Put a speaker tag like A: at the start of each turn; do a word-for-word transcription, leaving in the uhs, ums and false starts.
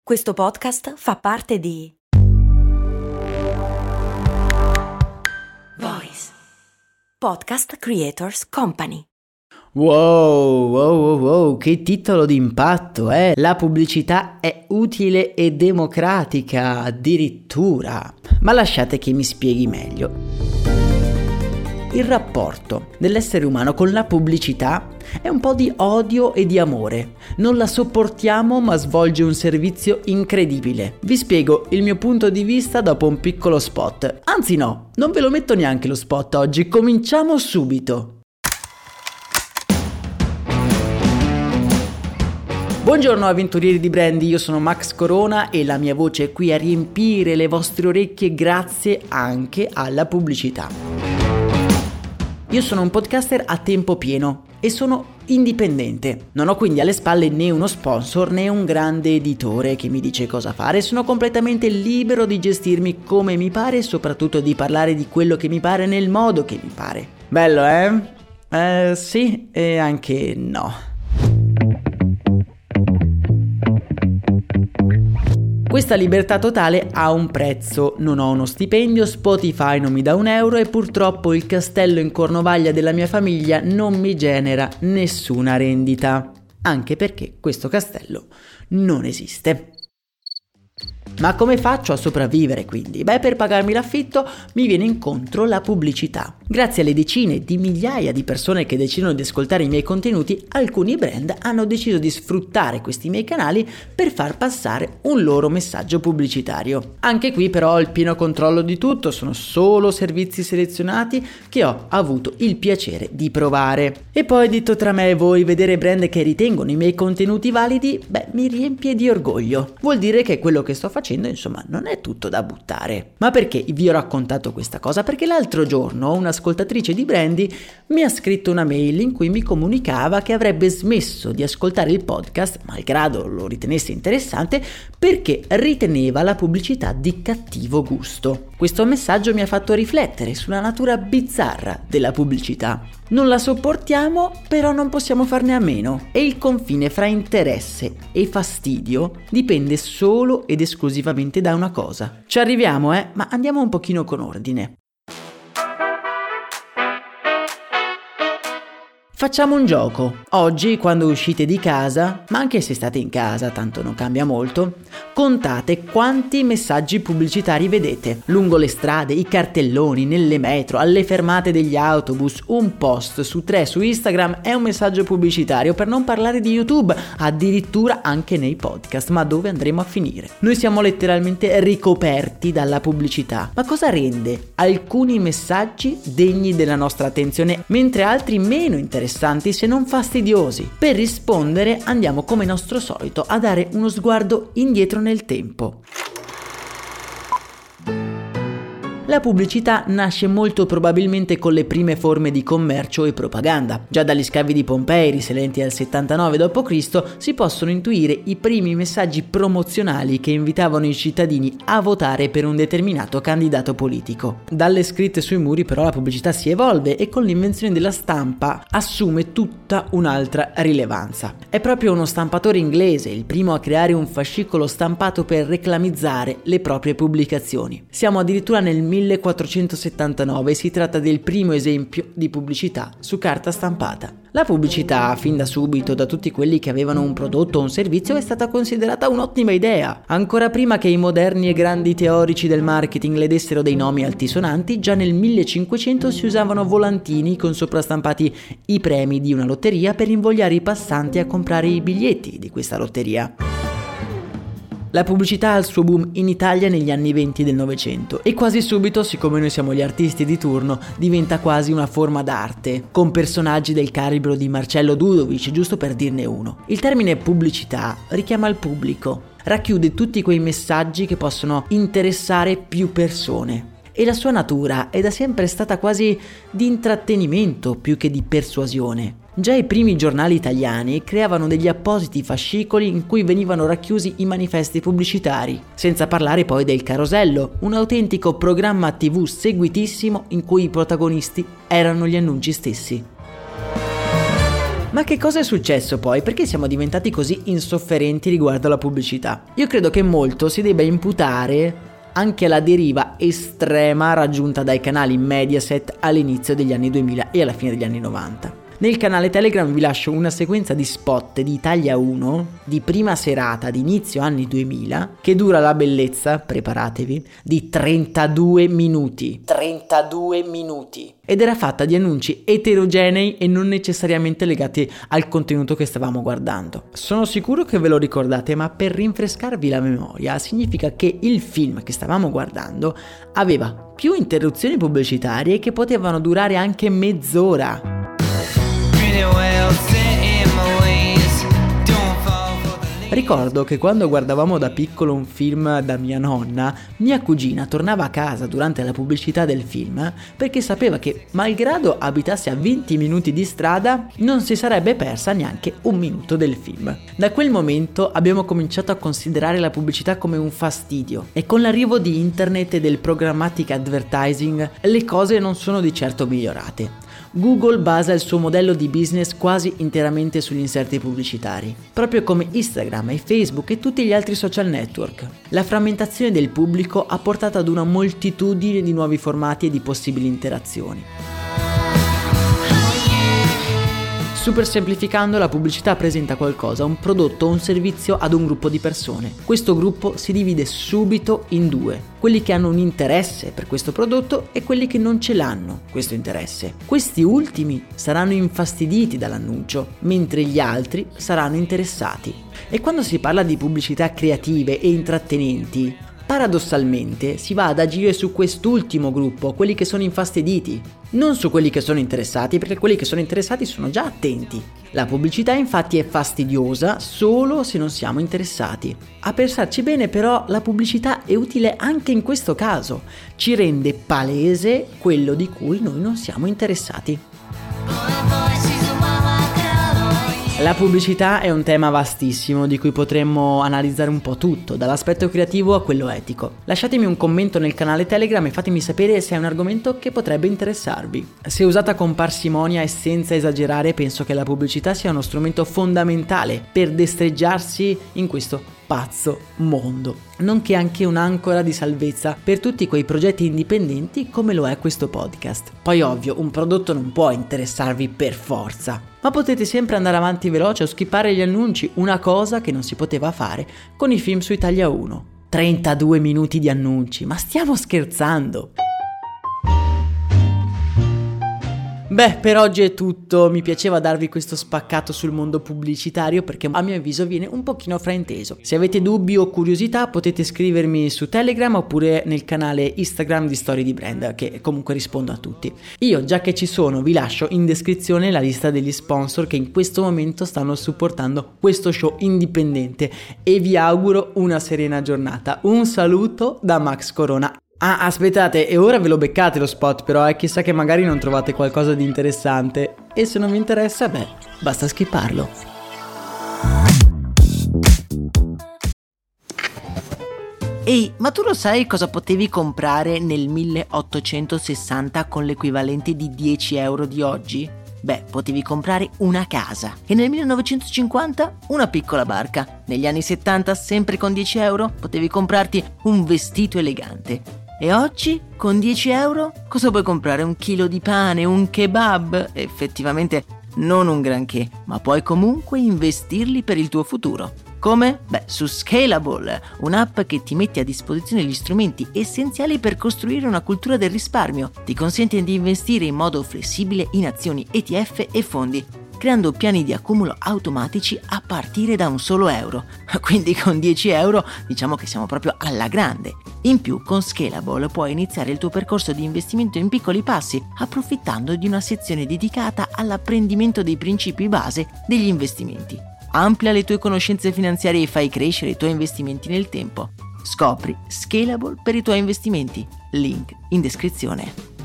A: Questo podcast fa parte di Voice Podcast Creators Company.
B: Wow, wow, wow, wow, che titolo d'impatto, eh? La pubblicità è utile e democratica, addirittura. Ma lasciate che mi spieghi meglio. Il rapporto dell'essere umano con la pubblicità è un po' di odio e di amore. Non la sopportiamo, ma svolge un servizio incredibile. Vi spiego il mio punto di vista dopo un piccolo spot. Anzi no, non ve lo metto neanche lo spot oggi, cominciamo subito. Buongiorno avventurieri di brand, io sono Max Corona e la mia voce è qui a riempire le vostre orecchie grazie anche alla pubblicità. Io sono un podcaster a tempo pieno e sono indipendente. Non ho quindi alle spalle né uno sponsor né un grande editore che mi dice cosa fare. Sono completamente libero di gestirmi come mi pare e soprattutto di parlare di quello che mi pare nel modo che mi pare. Bello, eh? Eh sì e anche no. Questa libertà totale ha un prezzo, non ho uno stipendio, Spotify non mi dà un euro e purtroppo il castello in Cornovaglia della mia famiglia non mi genera nessuna rendita, anche perché questo castello non esiste. Ma come faccio a sopravvivere quindi? Beh, per pagarmi l'affitto mi viene incontro la pubblicità. Grazie alle decine di migliaia di persone che decidono di ascoltare i miei contenuti, alcuni brand hanno deciso di sfruttare questi miei canali per far passare un loro messaggio pubblicitario. Anche qui però ho il pieno controllo di tutto, sono solo servizi selezionati che ho avuto il piacere di provare. E poi, detto tra me e voi, vedere brand che ritengono i miei contenuti validi, beh, mi riempie di orgoglio. Vuol dire che quello che sto facendo insomma non è tutto da buttare. Ma perché vi ho raccontato questa cosa? Perché l'altro giorno un'ascoltatrice di Brandy mi ha scritto una mail in cui mi comunicava che avrebbe smesso di ascoltare il podcast, malgrado lo ritenesse interessante, perché riteneva la pubblicità di cattivo gusto. Questo messaggio mi ha fatto riflettere sulla natura bizzarra della pubblicità. Non la sopportiamo, però non possiamo farne a meno. E il confine fra interesse e fastidio dipende solo ed esclusivamente da una cosa. Ci arriviamo, eh? Ma andiamo un pochino con ordine. Facciamo un gioco. Oggi, quando uscite di casa, ma anche se state in casa, tanto non cambia molto, contate quanti messaggi pubblicitari vedete. Lungo le strade, i cartelloni, nelle metro, alle fermate degli autobus, un post su tre su Instagram è un messaggio pubblicitario, per non parlare di YouTube, addirittura anche nei podcast. Ma dove andremo a finire? Noi siamo letteralmente ricoperti dalla pubblicità. Ma cosa rende alcuni messaggi degni della nostra attenzione, mentre altri meno interessanti, se non fastidiosi? Per rispondere andiamo come nostro solito a dare uno sguardo indietro nel tempo. La pubblicità nasce molto probabilmente con le prime forme di commercio e propaganda. Già dagli scavi di Pompei, risalenti al settantanove dopo Cristo, si possono intuire i primi messaggi promozionali che invitavano i cittadini a votare per un determinato candidato politico. Dalle scritte sui muri però la pubblicità si evolve e con l'invenzione della stampa assume tutta un'altra rilevanza. È proprio uno stampatore inglese il primo a creare un fascicolo stampato per reclamizzare le proprie pubblicazioni. Siamo addirittura nel millequattrocentosettantanove, si tratta del primo esempio di pubblicità su carta stampata. La pubblicità, fin da subito, da tutti quelli che avevano un prodotto o un servizio, è stata considerata un'ottima idea. Ancora prima che i moderni e grandi teorici del marketing le dessero dei nomi altisonanti, già nel millecinquecento si usavano volantini con soprastampati i premi di una lotteria per invogliare i passanti a comprare i biglietti di questa lotteria. La pubblicità ha il suo boom in Italia negli anni venti del Novecento e quasi subito, siccome noi siamo gli artisti di turno, diventa quasi una forma d'arte, con personaggi del calibro di Marcello Dudovic, giusto per dirne uno. Il termine pubblicità richiama il pubblico, racchiude tutti quei messaggi che possono interessare più persone. E la sua natura è da sempre stata quasi di intrattenimento più che di persuasione. Già i primi giornali italiani creavano degli appositi fascicoli in cui venivano racchiusi i manifesti pubblicitari, senza parlare poi del Carosello, un autentico programma tivù seguitissimo in cui i protagonisti erano gli annunci stessi. Ma che cosa è successo poi? Perché siamo diventati così insofferenti riguardo alla pubblicità? Io credo che molto si debba imputare anche alla deriva estrema raggiunta dai canali Mediaset all'inizio degli anni duemila e alla fine degli anni novanta. Nel canale Telegram vi lascio una sequenza di spot di Italia uno di prima serata di inizio anni duemila che dura la bellezza, preparatevi, di trentadue minuti. trentadue minuti. Ed era fatta di annunci eterogenei e non necessariamente legati al contenuto che stavamo guardando. Sono sicuro che ve lo ricordate, ma per rinfrescarvi la memoria significa che il film che stavamo guardando aveva più interruzioni pubblicitarie che potevano durare anche mezz'ora. Ricordo che quando guardavamo da piccolo un film da mia nonna, mia cugina tornava a casa durante la pubblicità del film perché sapeva che, malgrado abitasse a venti minuti di strada, non si sarebbe persa neanche un minuto del film. Da quel momento abbiamo cominciato a considerare la pubblicità come un fastidio e con l'arrivo di internet e del programmatic advertising le cose non sono di certo migliorate. Google basa il suo modello di business quasi interamente sugli inserti pubblicitari, proprio come Instagram e Facebook e tutti gli altri social network. La frammentazione del pubblico ha portato ad una moltitudine di nuovi formati e di possibili interazioni. Super semplificando, la pubblicità presenta qualcosa, un prodotto o un servizio ad un gruppo di persone. Questo gruppo si divide subito in due: quelli che hanno un interesse per questo prodotto e quelli che non ce l'hanno questo interesse. Questi ultimi saranno infastiditi dall'annuncio, mentre gli altri saranno interessati. E quando si parla di pubblicità creative e intrattenenti, paradossalmente si va ad agire su quest'ultimo gruppo, quelli che sono infastiditi, non su quelli che sono interessati, perché quelli che sono interessati sono già attenti. La pubblicità infatti è fastidiosa solo se non siamo interessati. A pensarci bene però, la pubblicità è utile anche in questo caso, ci rende palese quello di cui noi non siamo interessati. La pubblicità è un tema vastissimo di cui potremmo analizzare un po' tutto, dall'aspetto creativo a quello etico. Lasciatemi un commento nel canale Telegram e fatemi sapere se è un argomento che potrebbe interessarvi. Se usata con parsimonia e senza esagerare, penso che la pubblicità sia uno strumento fondamentale per destreggiarsi in questo pazzo mondo, nonché anche un'ancora di salvezza per tutti quei progetti indipendenti come lo è questo podcast. Poi ovvio, un prodotto non può interessarvi per forza, ma potete sempre andare avanti veloce o skippare gli annunci, una cosa che non si poteva fare con i film su Italia uno. trentadue minuti di annunci, ma stiamo scherzando? Beh, per oggi è tutto, mi piaceva darvi questo spaccato sul mondo pubblicitario perché a mio avviso viene un pochino frainteso. Se avete dubbi o curiosità potete scrivermi su Telegram oppure nel canale Instagram di Storie di Brand, che comunque rispondo a tutti. Io, già che ci sono, vi lascio in descrizione la lista degli sponsor che in questo momento stanno supportando questo show indipendente e vi auguro una serena giornata. Un saluto da Max Corona. Ah, aspettate, e ora ve lo beccate lo spot però, eh, chissà che magari non trovate qualcosa di interessante. E se non vi interessa, beh, basta skipparlo. Ehi, ma tu lo sai cosa potevi comprare nel milleottocentosessanta con l'equivalente di dieci euro di oggi? Beh, potevi comprare una casa. E nel millenovecentocinquanta una piccola barca. Negli anni settanta, sempre con dieci euro, potevi comprarti un vestito elegante. E oggi, con dieci euro, cosa puoi comprare? Un chilo di pane, un kebab? Effettivamente non un granché, ma puoi comunque investirli per il tuo futuro. Come? Beh, su Scalable, un'app che ti mette a disposizione gli strumenti essenziali per costruire una cultura del risparmio. Ti consente di investire in modo flessibile in azioni, E T F e fondi, creando piani di accumulo automatici a partire da un solo euro. Quindi con dieci euro diciamo che siamo proprio alla grande. In più, con Scalable puoi iniziare il tuo percorso di investimento in piccoli passi, approfittando di una sezione dedicata all'apprendimento dei principi base degli investimenti. Amplia le tue conoscenze finanziarie e fai crescere i tuoi investimenti nel tempo. Scopri Scalable per i tuoi investimenti. Link in descrizione.